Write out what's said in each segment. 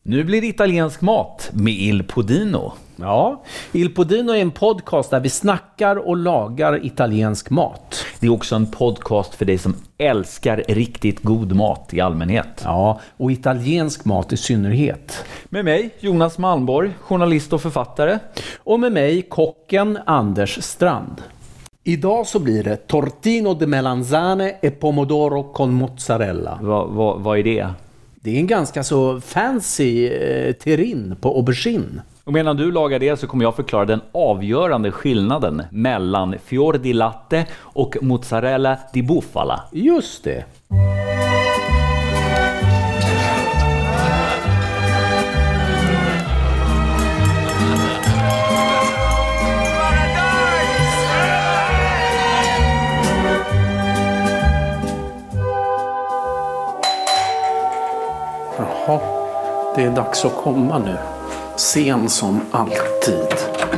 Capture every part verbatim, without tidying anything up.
Nu blir det italiensk mat med Il Podino. Ja, Il Podino är en podcast där vi snackar och lagar italiensk mat. Det är också en podcast för dig som älskar riktigt god mat i allmänhet. Ja, och italiensk mat i synnerhet. Med mig, Jonas Malmborg, journalist och författare. Och med mig, kocken Anders Strand. Idag så blir det tortino de melanzane e pomodoro con mozzarella. Va, va, vad är det? Det är en ganska så fancy eh, terrine på aubergine. Och medan du lagar det så kommer jag förklara den avgörande skillnaden mellan fior di latte och mozzarella di bufala. Just det. Jaha, det är dags att komma nu. Sen som alltid.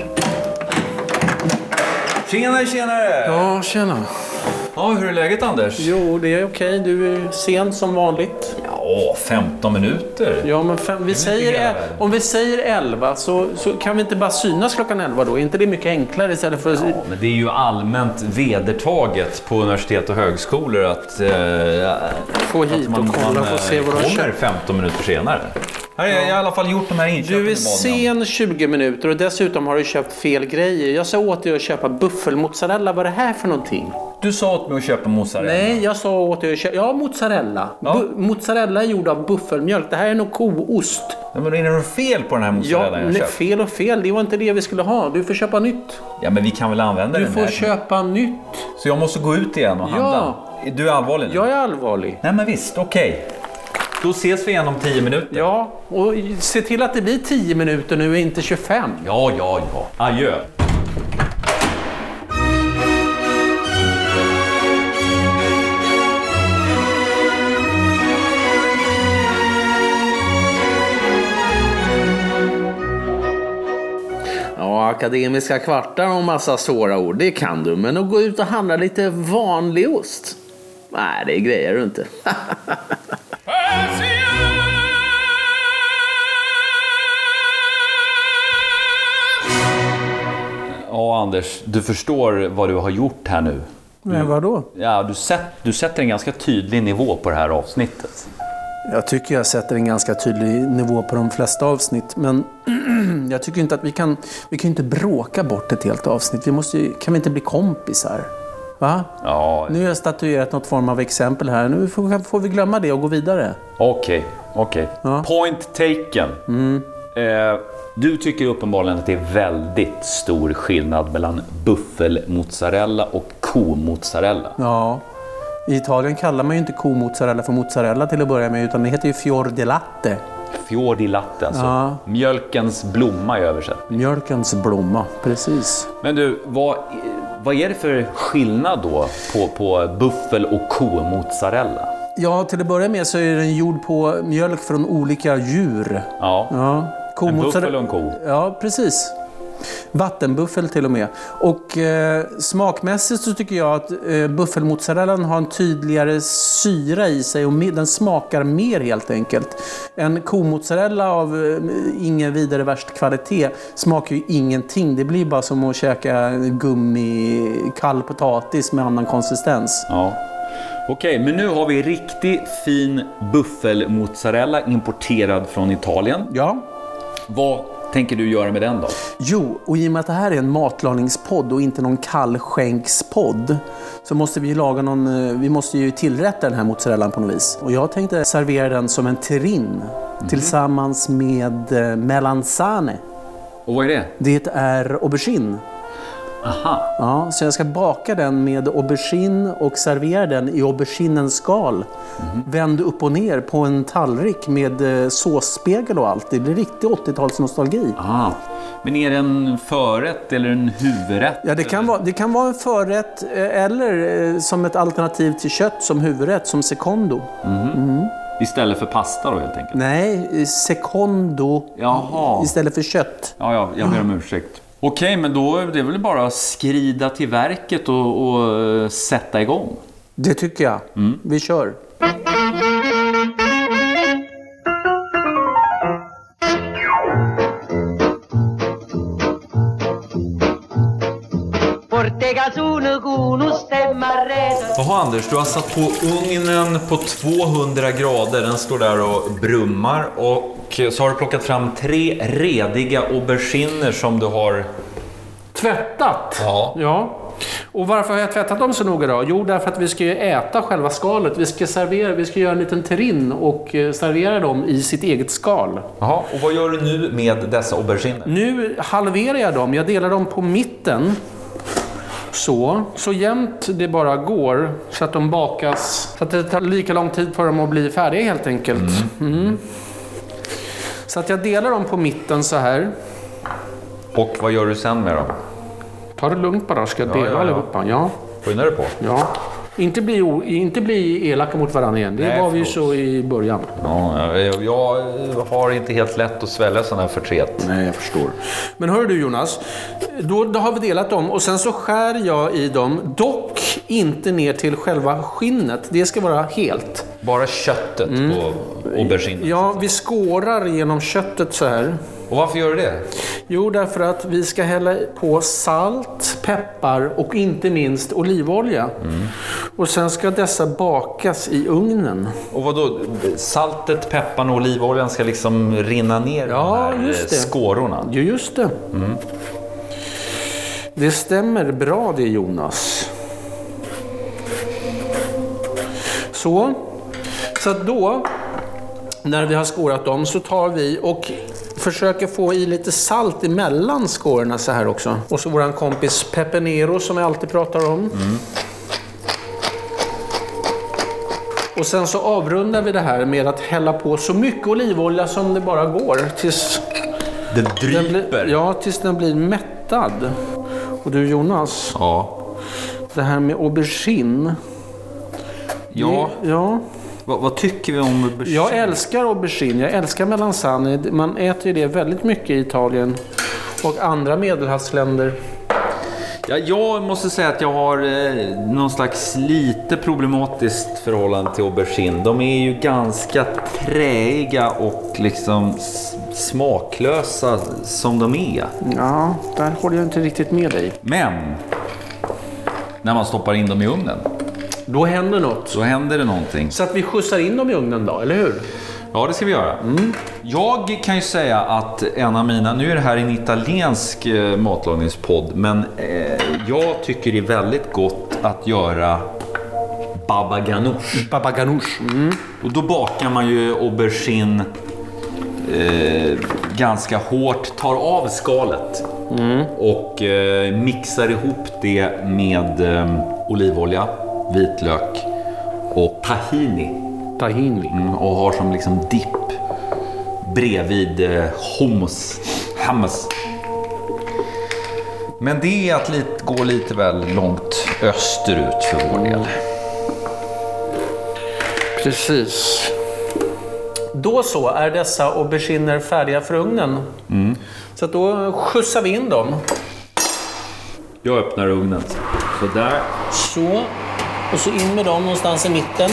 Tjenare, tjenare! Ja, tjena. Ja, hur är läget, Anders? Jo, det är okej. Du är sen som vanligt. Ja, femton minuter. Ja, men fem, vi säger, om vi säger elva så, så kan vi inte bara synas klockan elva då? Är inte det mycket enklare istället för... Ja, men det är ju allmänt vedertaget på universitet och högskolor att... Eh, få hit att man, och kolla man, och se vad du har kommer femton minuter senare. Här har jag i alla fall gjort de här inköpen. Du är sen tjugo minuter och dessutom har du köpt fel grejer. Jag sa åt dig att köpa buffelmozzarella. Vad är det här för någonting? Du sa åt mig att köpa mozzarella. Nej, jag sa åt dig att köpa... Ja, mozzarella. Ja. Bu- mozzarella är gjord av buffelmjölk. Det här är nog koost. Ja, men är det något fel på den här mozzarella ja, jag köpt? fel och fel. Det var inte det vi skulle ha. Du får köpa nytt. Ja, men vi kan väl använda du den får här. köpa nytt. Så jag måste gå ut igen och handla? Ja. Du är allvarlig nu? Jag är allvarlig. Nej, men visst. Okej. Okay. Då ses vi igen om tio minuter. Ja, och se till att det blir tio minuter nu och inte tjugofem. Ja, ja, ja. Adjö. Ja, akademiska kvartar och massa svåra ord, det kan du. Men att gå ut och handla lite vanlig ost, nej, det grejer du inte. Ja, Anders, du förstår vad du har gjort här nu. Men vadå? Ja, du, sätt, du sätter en ganska tydlig nivå på det här avsnittet. Jag tycker jag sätter en ganska tydlig nivå på de flesta avsnitt. Men jag tycker inte att vi kan, vi kan inte bråka bort ett helt avsnitt. Vi måste ju, kan vi inte bli kompisar? Va? Ja. Nu har jag statuerat något form av exempel här. Nu får, får vi glömma det och gå vidare. Okej, okej. Ja. Point taken. Mm. Eh, du tycker uppenbarligen att det är väldigt stor skillnad mellan buffelmozzarella och komozzarella. Ja. I Italien kallar man ju inte komozzarella för mozzarella till att börja med, utan det heter ju fior di latte. Fior di latte, alltså. Ja. Mjölkens blomma i översätt. Mjölkens blomma, precis. Men du, vad, vad är det för skillnad då på, på buffel- och komozzarella? Ja, till att börja med så är den gjord på mjölk från olika djur. Ja, ja. en buffel och en ko. Ja, precis. Vattenbuffel till och med. Och eh, smakmässigt så tycker jag att eh, buffelmozzarellan har en tydligare syra i sig och med, den smakar mer helt enkelt. En komozzarella av eh, ingen vidare värst kvalitet smakar ju ingenting. Det blir bara som att käka gummi, kall potatis med annan konsistens. Ja. Okej, men nu har vi riktigt fin buffelmozzarella importerad från Italien. Ja. Vad tänker du göra med den då? Jo, och i och med att det här är en matlagningspodd och inte någon kallskänkspodd så måste vi ju laga någon, vi måste ju tillrätta den här mozzarellan på något vis. Och jag tänkte servera den som en terrine mm. tillsammans med melanzane. Och vad är det? Det är aubergine. Aha. Ja, så jag ska baka den med aubergine och servera den i auberginens skal. Mm. Vänd upp och ner på en tallrik med eh, såsspegel och allt. Det blir riktigt åttiotalsnostalgi. Aha. Men är det en förrätt eller en huvudrätt? Ja, det kan, vara, det kan vara en förrätt eh, eller eh, som ett alternativ till kött som huvudrätt, som secondo. Mm. Mm. Istället för pasta då helt enkelt? Nej, secondo. Jaha. Istället för kött. Ja, ja, jag ber om ursäkt. Okej, men då är det väl bara att skrida till verket och, och sätta igång. Det tycker jag. Mm. Vi kör. Jaha Anders, du har satt på ugnen på tvåhundra grader. Den står där och brummar. Och så har du plockat fram tre rediga auberginer som du har tvättat. Ja. Ja. Och varför har jag tvättat dem så noga då? Jo, därför att vi ska ju äta själva skalet. Vi ska servera, vi ska göra en liten terrine och servera dem i sitt eget skal. Jaha, och vad gör du nu med dessa auberginer? Nu halverar jag dem. Jag delar dem på mitten. Så, så jämnt det bara går. Så att de bakas. Så att det tar lika lång tid för dem att bli färdiga helt enkelt. Mm. Mm. Så att jag delar dem på mitten så här. Och vad gör du sen med dem? Ta det lugnt bara, ska jag dela ja, ja. allihopa. Ja. Skyndar du på? Ja. Inte bli, o, inte bli elaka mot varandra igen. Det Nej, var vi ju förlåt. så i början. Ja, jag, jag har inte helt lätt att svälja sådana här förtret. Nej, jag förstår. Men hör du Jonas, då, då har vi delat dem och sen så skär jag i dem, dock inte ner till själva skinnet. Det ska vara helt. Bara köttet mm. på auberginen? Ja, vi skårar genom köttet så här. Och varför gör du det? Jo, därför att vi ska hälla på salt, peppar och inte minst olivolja. Mm. Och sen ska dessa bakas i ugnen. Och vad då? Saltet, pepparn och olivoljan ska liksom rinna ner ja, de här just det. skårorna? Ja, just det. Mm. Det stämmer bra det, Jonas. Så. Så att då, när vi har skårat dem, så tar vi och försöker få i lite salt emellan skårorna så här också. Och så våran kompis Pepinero som jag alltid pratar om. Mm. Och sen så avrundar vi det här med att hälla på så mycket olivolja som det bara går. Tills det dryper. Blir, ja, tills den blir mättad. Och du Jonas. Ja. Det här med aubergine. Ja. Det, ja. Vad, vad tycker vi om aubergine? Jag älskar aubergine. Jag älskar melanzane. Man äter det väldigt mycket i Italien och andra medelhavsländer. Ja, jag måste säga att jag har eh, någon slags lite problematiskt förhållande till aubergine. De är ju ganska träiga och liksom s- smaklösa som de är. Ja, där håller jag inte riktigt med dig. Men när man stoppar in dem i ugnen, då händer något. Så händer det någonting. Så att vi skjutsar in dem i ugnen då, eller hur? Ja, det ska vi göra. Mm. Jag kan ju säga att en av mina, nu är det här en italiensk eh, matlagningspodd, men eh, jag tycker det är väldigt gott att göra baba ganoush. Baba ganoush. Mm. Och då bakar man ju aubergine eh, ganska hårt, tar av skalet mm. och eh, mixar ihop det med eh, olivolja, vitlök och tahini. Tahini. Mm, och har som liksom dipp bredvid eh, hummus. hummus. Men det är att lite, gå lite väl långt österut för vår del. Precis. Då så är dessa auberginer färdiga för ugnen. Mm. Så att då skjutsar vi in dem. Jag öppnar ugnen. Så där. Så. Och så in med dem någonstans i mitten.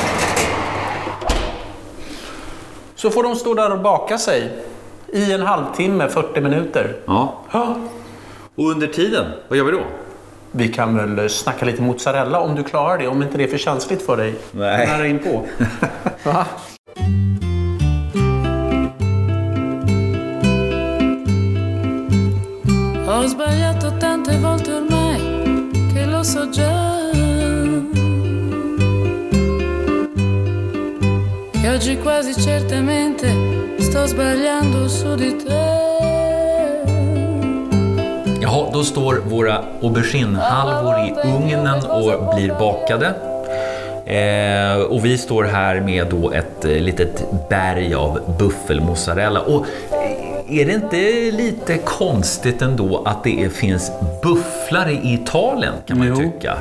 Så får de stå där och baka sig i en halvtimme, fyrtio minuter. Ja. Ja. Och under tiden, vad gör vi då? Vi kan väl snacka lite mozzarella om du klarar det, om inte det är för känsligt för dig. Nej. Nära in på. Va? Ho sbagliato tante volte ormai che lo so già. Che oggi quasi certamente sto sbagliando su di te. Jaha, då står våra auberginehalvor i ugnen och blir bakade. Eh, och vi står här med då ett eh, litet berg av buffelmozzarella. Och är det inte lite konstigt ändå att det är, finns bufflar i Italien, kan man ju Jo. tycka?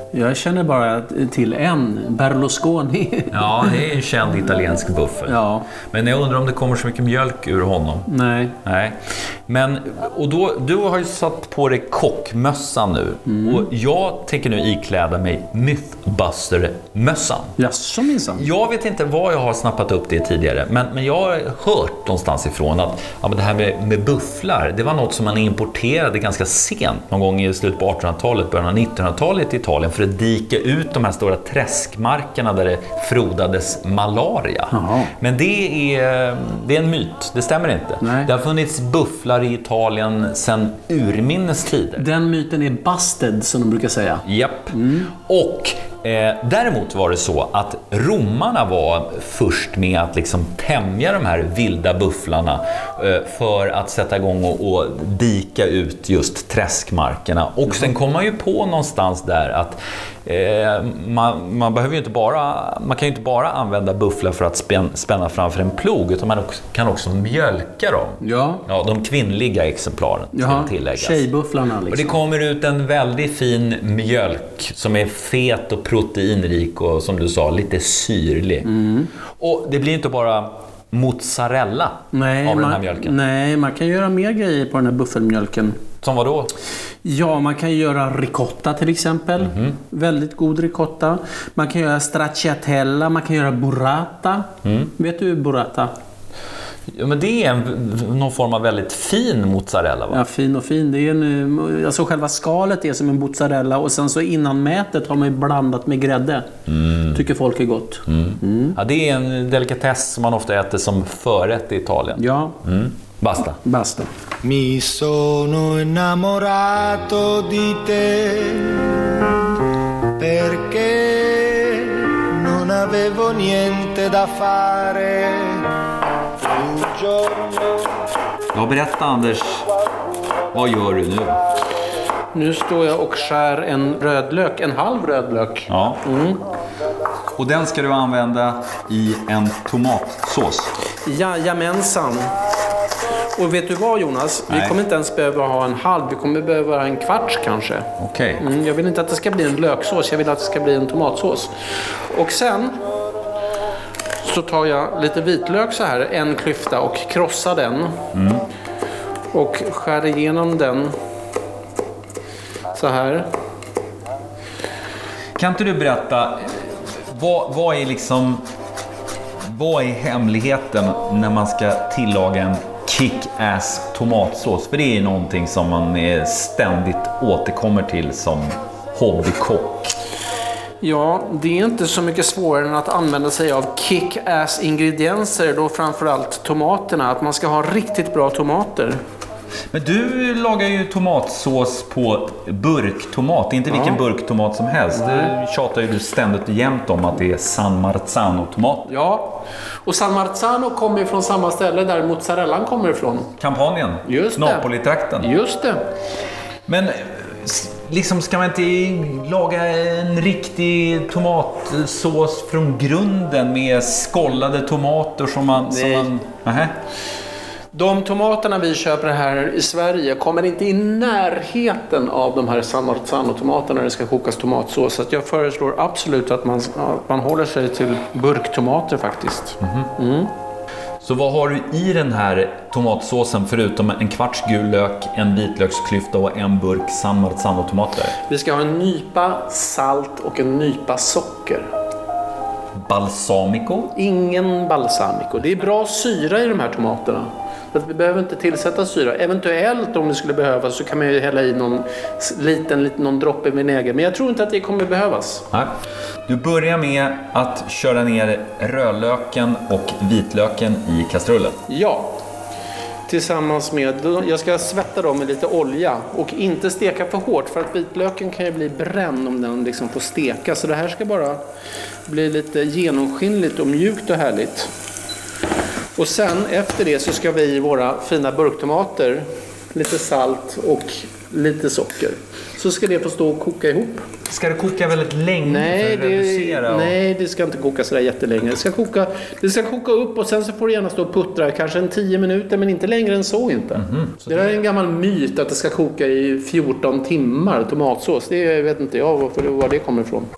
Jag känner bara till en, Berlusconi. Ja, det är en känd italiensk buffel. Ja. Men jag undrar om det kommer så mycket mjölk ur honom. Nej. Nej. Men, och då, du har ju satt på dig kockmössan nu. Mm. Och jag tänker nu ikläda mig Mythbuster-mössan. Jaså minsann. Jag vet inte vad jag har snappat upp det tidigare. Men, men jag har hört någonstans ifrån att ja, men det här med, med bufflar, det var något som man importerade ganska sent. Någon gång i slutet på artonhundratalet, början av nittonhundratalet i Italien. För att dika ut de här stora träskmarkerna där det frodades malaria. Aha. Men det är, det är en myt, det stämmer inte. Nej. Det har funnits bufflar i Italien sedan urminnes tider. Den myten är busted, som de brukar säga. Japp. Mm. Och eh, däremot var det så att romarna var först med att liksom tämja de här vilda bufflarna eh, för att sätta igång och, och dika ut just träskmarkerna. Och mm. sen kom man ju på någonstans där att eh, man, man behöver ju inte bara man kan ju inte bara använda bufflar för att spänna, spänna framför en plog, utan man också, kan också mjölka dem. Ja. Ja, de kvinnliga exemplaren ska tilläggas. Tjejbufflarna liksom. Och det kommer ut en väldigt fin mjölk som är fet och proteinrik och som du sa, lite syrlig. Mm. Och det blir inte bara mozzarella nej, av man, den här mjölken. Nej, man kan göra mer grejer på den här buffelmjölken. Som vad då? Ja, man kan göra ricotta till exempel. Mm-hmm. Väldigt god ricotta. Man kan göra stracciatella, man kan göra burrata. Mm. Vet du burrata? Ja, men det är en, någon form av väldigt fin mozzarella, va? Ja, fin och fin. Det är en, alltså själva skalet är som en mozzarella och sen så innan mätet har man ju blandat med grädde. Mm. Tycker folk är gott. Mm. Mm. Ja, det är en delikatess som man ofta äter som förrätt i Italien. Ja. Mm. Basta. Basta. Mi sono innamorato di te perché non avevo niente da fare. Ja, berätta Anders, vad gör du nu? Nu står jag och skär en rödlök, en halv rödlök. Ja. Mm. Och den ska du använda i en tomatsås? Jajamensan. Och vet du vad, Jonas? Nej. Vi kommer inte ens behöva ha en halv, vi kommer behöva ha en kvarts kanske. Okej. Okay. Mm, jag vill inte att det ska bli en löksås, jag vill att det ska bli en tomatsås. Och sen så tar jag lite vitlök så här, en klyfta, och krossar den. Mm. Och skär igenom den så här. Kan inte du berätta, vad, vad är liksom vad är hemligheten när man ska tillaga en kick-ass tomatsås? För det är någonting som man ständigt återkommer till som hobbykock. Ja, det är inte så mycket svårare än att använda sig av kick-ass ingredienser, då framförallt tomaterna. Att man ska ha riktigt bra tomater. Men du lagar ju tomatsås på burktomat, inte vilken ja. burktomat som helst. Det tjatar ju du ständigt och jämt om att det är San Marzano-tomat. Ja, och San Marzano kommer ju från samma ställe där mozzarellan kommer ifrån. Kampanjen, just det. Napoli-trakten. Just det. Men liksom, ska man inte laga en riktig tomatsås från grunden med skållade tomater som man... Som man uh-huh. De tomaterna vi köper här i Sverige kommer inte i närheten av de här San Marzano-tomaterna när det ska kokas tomatsås. Så att jag föreslår absolut att man, att man håller sig till burktomater faktiskt. Mm-hmm. Mm. Så vad har du i den här tomatsåsen förutom en kvarts gul lök, en vitlöksklyfta och en burk San Marzano-tomater? Vi ska ha en nypa salt och en nypa socker. Balsamico? Ingen balsamico. Det är bra syra i de här tomaterna. Så att vi behöver inte tillsätta syra. Eventuellt om det skulle behövas så kan man ju hälla i någon liten, liten någon droppe vinäger. Men jag tror inte att det kommer behövas. Nej. Du börjar med att köra ner rödlöken och vitlöken i kastrullen. Ja. Tillsammans med, jag ska svetta dem med lite olja och inte steka för hårt, för att vitlöken kan ju bli bränd om den liksom får steka. Så det här ska bara bli lite genomskinligt och mjukt och härligt. Och sen efter det så ska vi i våra fina burktomater, lite salt och lite socker. Så ska det få stå och koka ihop. Ska det koka väldigt länge Nej, för att reducera? det, nej, det ska inte koka sådär jättelänge. Det ska koka, det ska koka upp och sen så får det gärna stå och puttra kanske en tio minuter, men inte längre än så inte. Mm-hmm. så det där är en gammal myt att det ska koka i fjorton timmar tomatsås. Det vet inte jag varför, var det kommer ifrån.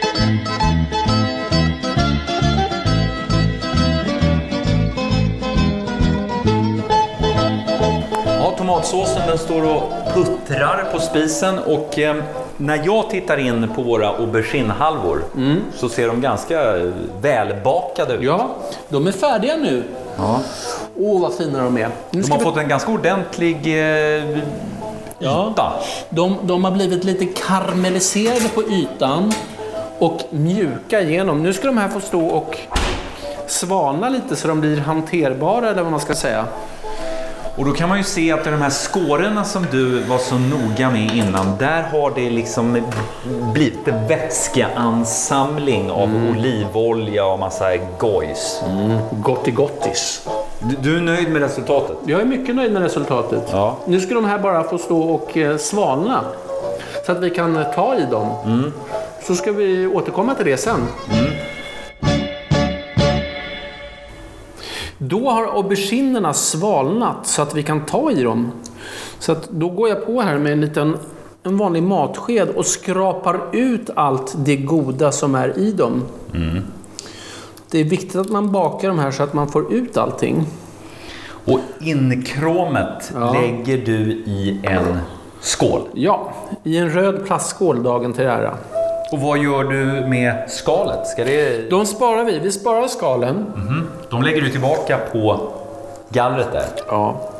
Tomatsåsen den står och puttrar på spisen och eh, när jag tittar in på våra auberginehalvor mm. så ser de ganska välbakade ut. Ja, de är färdiga nu. Ja. Åh, oh, vad fina de är. Nu de har vi... fått en ganska ordentlig eh, yta. Ja, de, de har blivit lite karamelliserade på ytan och mjuka igenom. Nu ska de här få stå och svalna lite så de blir hanterbara eller vad man ska säga. Och då kan man ju se att de här skårorna som du var så noga med innan, där har det liksom blivit en vätskeansamling av mm. olivolja och massa gojs. Mm. Gotti gottis. Du, du är nöjd med resultatet? Jag är mycket nöjd med resultatet. Ja. Nu ska de här bara få stå och svalna så att vi kan ta i dem. Mm. Så ska vi återkomma till det sen. Mm. Då har auberginerna svalnat så att vi kan ta i dem. Så att då går jag på här med en liten en vanlig matsked och skrapar ut allt det goda som är i dem. Mm. Det är viktigt att man bakar de här så att man får ut allting. Och inkråmet ja. lägger du i en skål? Ja, i en röd plastskål dagen till ära. Och vad gör du med skalet? Ska det... De sparar vi. Vi sparar skalen. Mm-hmm. De lägger du tillbaka på gallret där? Ja.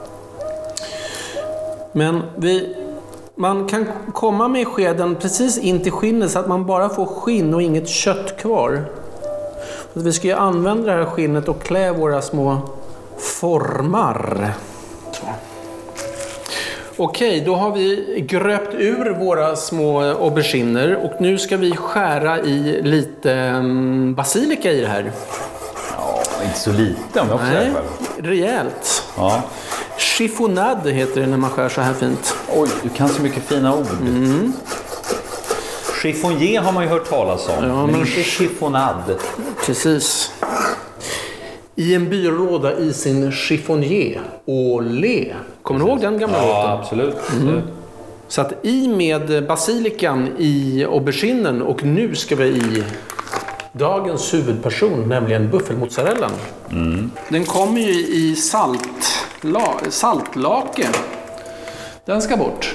Men vi... Man kan komma med skeden precis in till skinnet så att man bara får skinn och inget kött kvar. Så vi ska ju använda det här skinnet och klä våra små formar. Så. Okej, då har vi gröpt ur våra små auberginer och nu ska vi skära i lite basilika i det här. Ja, inte så lite om jag får säga själv. Rejält. Ja. Chiffonade heter det när man skär så här fint. Oj, du kan så mycket fina ord. Mm. Chiffonier har man ju hört talas om, ja, men inte chiffonade. Precis. I en byrålåda i sin chiffonier. Olé. Kommer du ihåg den gamla ja, låten? Ja, absolut. Mm. Så att i med basilikan i auberginen och nu ska vi i dagens huvudperson, nämligen buffelmozzarellan. Mm. Den kommer ju i salt, la, saltlake. Den ska bort.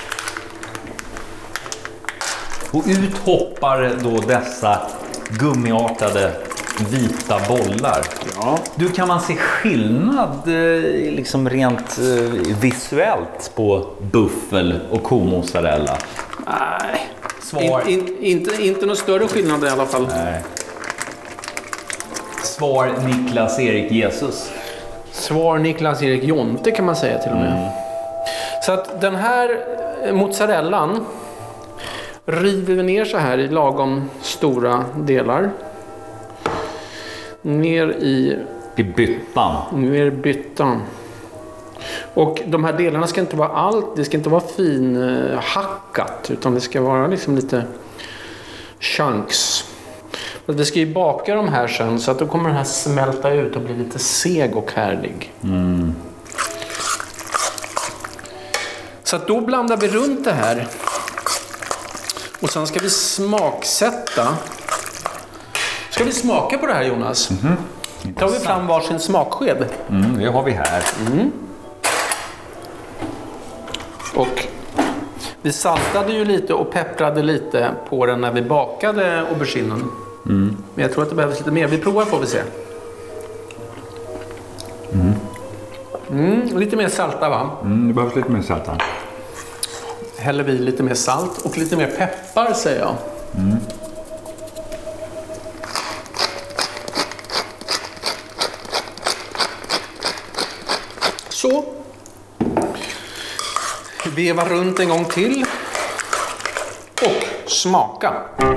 Och ut hoppar då dessa gummiartade vita bollar. Ja. Du, kan man se skillnad liksom rent visuellt på buffel och komozzarella? Nej. Svar. In, in, inte, inte någon större skillnad i alla fall. Nej. Svar Niklas Erik Jesus. Svar Niklas Erik Jonte kan man säga till och med. Mm. Så att den här mozzarellan river vi ner så här i lagom stora delar. Ner i... I byttan. Ner i byttan. Och de här delarna ska inte vara allt. Det ska inte vara fin eh, hackat. Utan det ska vara liksom lite chunks. Och vi ska ju baka de här sen. Så att då kommer den här smälta ut och bli lite seg och härlig. Mm. Så att då blandar vi runt det här. Och sen ska vi smaksätta. Ska vi smaka på det här, Jonas? Mm-hmm. Tar vi fram varsin smaksked? Mm, det har vi här. Mm. Och vi saltade ju lite och pepprade lite på den när vi bakade auberginen. Mm. Men jag tror att det behövs lite mer. Vi provar får vi se. Mm. Mm, lite mer salta, va? Mm, det behövs lite mer salta. Häller vi lite mer salt och lite mer peppar, säger jag. Mm. Så. Veva runt en gång till. Och smaka.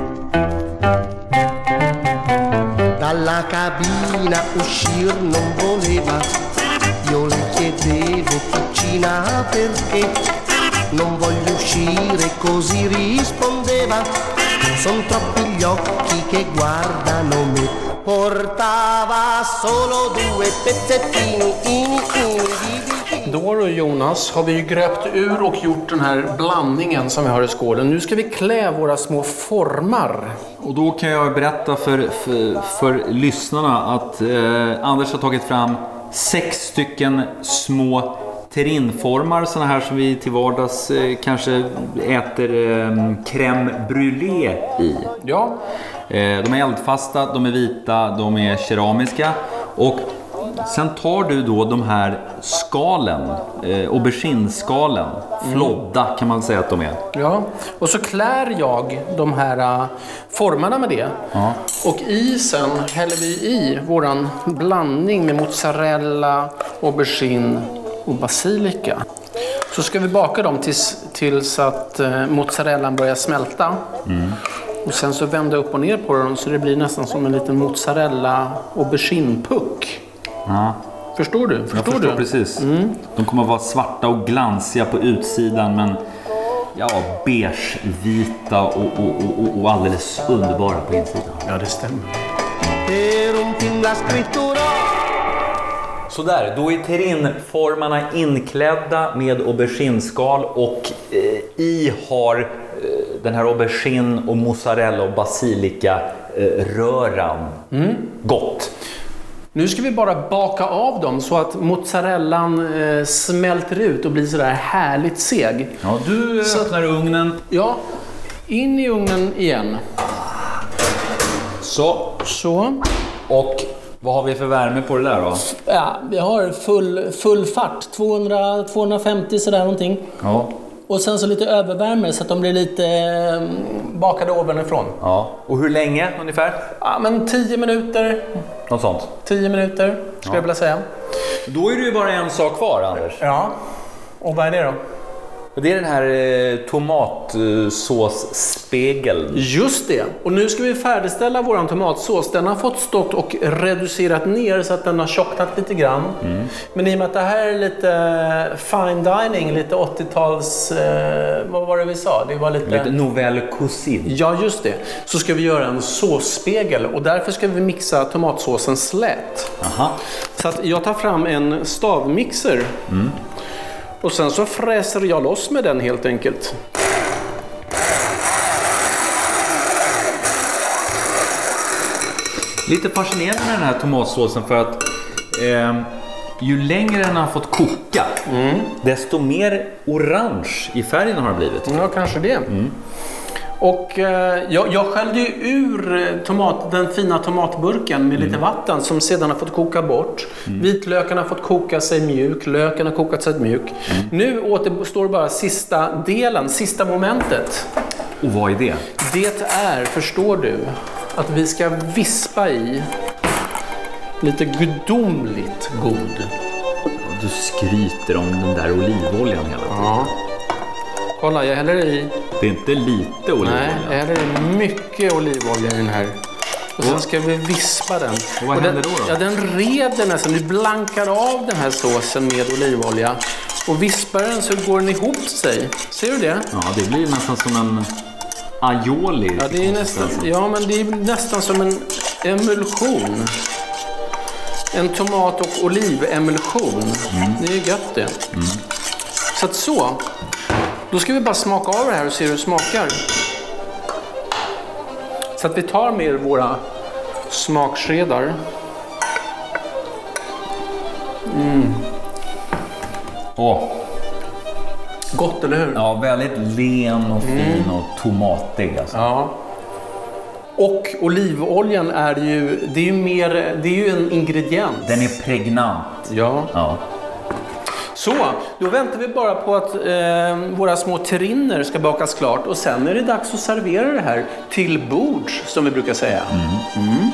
Dalla cabina uscir non voleva. Io le chiedevo cucina perché non voglio uscire, così rispondeva. Son troppi gli occhi che guardano me. Portava solo due pezzettini, ini, ini. Då då Jonas har vi ju gröpt ur och gjort den här blandningen som vi har i skålen. Nu ska vi klä våra små formar. Och då kan jag berätta för, för, för lyssnarna att eh, Anders har tagit fram sex stycken små terrineformar, såna här som vi till vardags eh, kanske äter eh, crème brûlée i. Ja. Eh, de är eldfasta, de är vita, de är keramiska. Och sen tar du då de här skalen, eh, aubergineskalen, flodda kan man säga att de är. Ja, och så klär jag de här uh, formarna med det. Ja. Och i sen häller vi i våran blandning med mozzarella, aubergine och basilika. Så ska vi baka dem tills, tills att uh, mozzarellan börjar smälta. Mm. Och sen så vända upp och ner på dem så det blir nästan som en liten mozzarella auberginepuck. Ja. Förstår du? Förstår jag förstår du? precis. Mm. De kommer att vara svarta och glansiga på utsidan, men ja, beige-vita och, och, och, och alldeles underbara på insidan. Ja, det stämmer. Så där, då är terrineformarna inklädda med aubergineskal och eh, i har eh, den här aubergine och mozzarella och basilika eh, röran mm. gott. Nu ska vi bara baka av dem så att mozzarellan eh, smälter ut och blir sådär härligt seg. Ja, du så öppnar ugnen. Ja, in i ugnen igen. Så. Så. Och vad har vi för värme på det där då? Ja, vi har full, full fart, tvåhundra till tvåhundrafemtio sådär någonting. Ja. Och sen så lite övervärme så att de blir lite eh, bakade ovanifrån. Ja. Och hur länge ungefär? Ja, men tio minuter. Något sånt? Tio minuter, skulle ja. jag vilja säga. Då är det ju bara en sak kvar, Anders. Ja. Och vad är det då? Det är den här eh, tomatsåsspegeln. Just det. Och nu ska vi färdigställa våran tomatsås. Den har fått stått och reducerat ner så att den har tjocknat lite grann. Mm. Men i och med att det här är lite fine dining, lite åttio-tals... Eh, vad var det vi sa? Det var lite... Lite nouvelle cuisine. Ja, just det. Så ska vi göra en såsspegel. Och därför ska vi mixa tomatsåsen slät. Aha. Så att jag tar fram en stavmixer. Mm. Och sen så fräser jag loss med den helt enkelt. Lite fascinerande med den här tomatsåsen för att eh, ju längre den har fått koka mm. desto mer orange i färgen har det blivit. Ja, kanske det. Mm. Och eh, jag, jag skällde ju ur tomat, den fina tomatburken med mm. lite vatten som sedan har fått koka bort. Mm. Vitlöken har fått koka sig mjuk, löken har kokat sig mjuk. Mm. Nu återstår bara sista delen, sista momentet. Och vad är det? Det är, förstår du, att vi ska vispa i lite gudomligt god. Du skryter om den där olivoljan hela tiden. Ja. Kolla, jag häller i... Det är inte lite olivolja. Nej, jag häller i mycket olivolja i den här. Och sen ska vi vispa den. Och vad och händer den, då då? Ja, den reder nästan. Du blankar av den här såsen med olivolja. Och vispar den så går den ihop sig. Ser du det? Ja, det blir nästan som en aioli. Ja, det är nästan, ja, men det är nästan som en emulsion. En tomat- och olivemulsion. Mm. Det är ju gött det. Mm. Så att så... Då ska vi bara smaka av det här och se hur det smakar. Så att vi tar med våra smakskedar. Mm. Åh. Gott, eller hur? Ja, väldigt len och fin mm. och tomatig alltså. Ja. Och olivoljan är ju, det är ju mer, det är ju en ingrediens. Den är pregnant. Ja. Ja. Så, då väntar vi bara på att eh, våra små terriner ska bakas klart. Och sen är det dags att servera det här till bords, som vi brukar säga. Mm. Mm.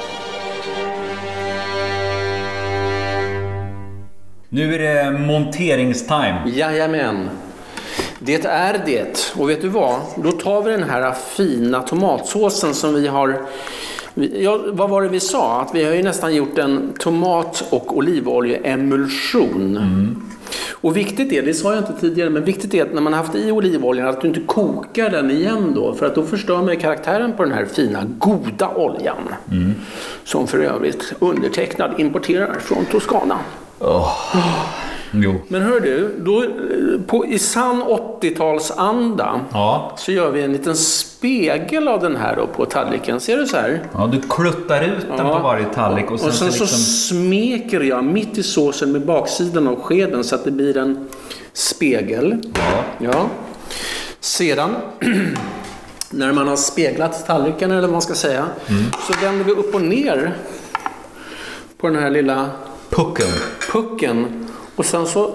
Nu är det monteringstime. Jajamän. Det är det. Och vet du vad? Då tar vi den här fina tomatsåsen som vi har... Ja, vad var det vi sa? Att vi har ju nästan gjort en tomat- och olivoljeemulsion. Mm. Och viktigt är, det sa jag inte tidigare, men viktigt är att när man har haft i olivoljan att du inte kokar den igen då. För att då förstör man karaktären på den här fina, goda oljan. Mm. Som för övrigt undertecknad importerar från Toscana. Oh. Jo. Men hör du, då, på, i sann åttiotalsanda ja. så gör vi en liten spegel av den här då på tallriken. Ser du så här? Ja, du kluttar ut den ja. på varje tallrik. Och sen, och sen så, liksom... så smeker jag mitt i såsen med baksidan av skeden så att det blir en spegel. Ja. Ja. Sedan, när man har speglat tallriken eller vad man ska säga, mm. så vänder vi upp och ner på den här lilla pucken. pucken. Och sen så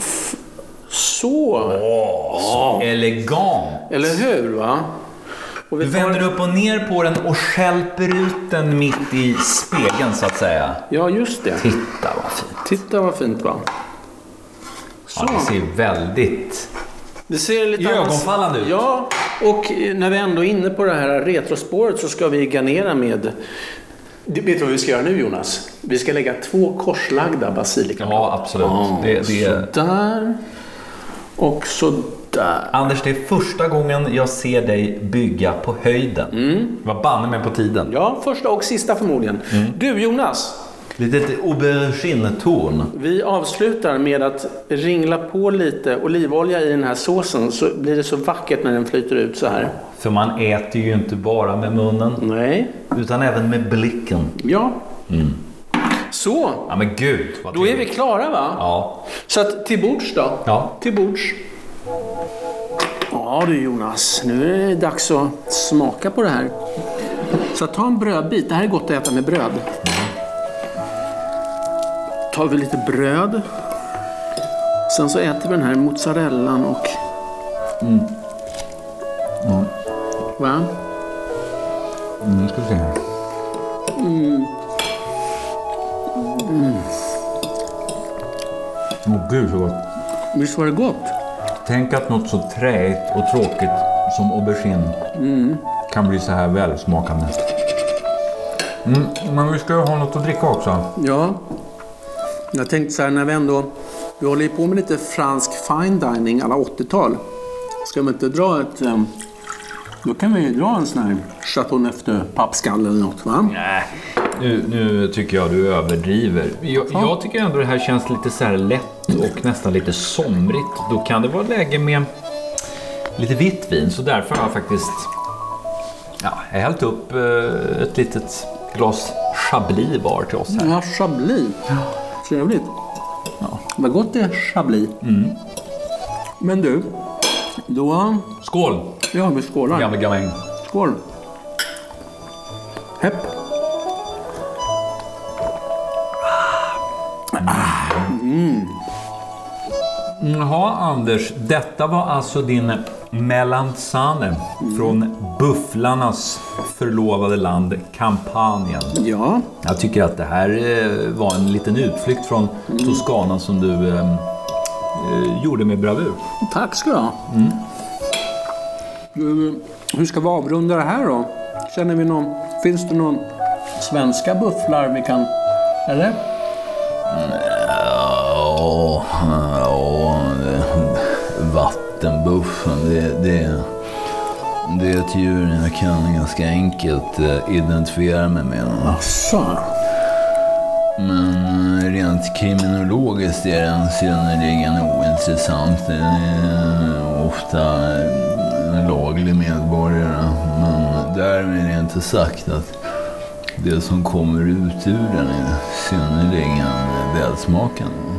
så oh, så elegant. Eller hur va? Och vi du vänder tar... upp och ner på den och skälper ut den mitt i spegeln så att säga. Ja, just det. Titta vad fint. Titta vad fint va? Så. Ja, det ser väldigt det ser lite ögonfallande ut. Ja, och när vi ändå är inne på det här retrospåret så ska vi garnera med. Vet du vad vi ska göra nu, Jonas? Vi ska lägga två korslagda basilika. Ja, absolut. Ja, det, det är... Så där. Och så där. Anders, det är första gången jag ser dig bygga på höjden. Mm. Vad banne mig på tiden. Ja, första och sista förmodligen. Mm. Du, Jonas. Lite aubergine-ton. Vi avslutar med att ringla på lite olivolja i den här såsen så blir det så vackert när den flyter ut så här. För man äter ju inte bara med munnen. Nej. Utan även med blicken. Ja. Mm. Så. Ja men gud. Vad då är vi klara va? Ja. Så att till bords då? Ja. Till bords. Ja du Jonas, nu är det dags att smaka på det här. Så ta en brödbit, det här är gott att äta med bröd. Mm. Tar vi lite bröd. Sen så äter vi den här mozzarellan och... Mm. Mm. Va? Mm, ska vi se här. Mm. Mm. Åh oh, gud så gott. Visst var det gott? Tänk att något så träigt och tråkigt som aubergine mm. kan bli så här välsmakande. Mm, men vi ska ju ha något att dricka också. Ja. Jag tänkte så här när vi ändå... Vi håller på med lite fransk fine dining alla åttiotal. Ska man inte dra ett... Um, då kan vi ju dra en sån här Chateauneuf de pappskall eller något va? Nej, nu, nu tycker jag du överdriver. Jag, ja. jag tycker ändå det här känns lite så här lätt och nästan lite somrigt. Då kan det vara läge med lite vitt vin. Så därför har jag faktiskt ja, jag har hällt upp uh, ett litet glas Chablis var till oss här. Ja, Chablis. Ja. Trevligt. Ja. Vad gott det är Chablis. Mm. Men du, då... Skål! Ja, vi skålar. Gamla gamäng. Skål. Hepp. Mm. Jaha, Anders. Detta var alltså din melanzane mm. från bufflarnas förlovade land Kampanien. Ja. Jag tycker att det här var en liten utflykt från mm. Toscana som du eh, gjorde med bravur. Tack ska du ha. Mm. Du, hur ska vi avrunda det här då? Känner vi någon, finns det någon svenska bufflar vi kan, eller? Ja, ja vattenbuffen, det, det, det är ett djur jag kan ganska enkelt identifiera mig med. Asså. Men rent kriminologiskt är den synnerligen ointressant. Det är ofta en laglig medborgare. Men därmed är det inte sagt att det som kommer ut ur den är synnerligen välsmakande.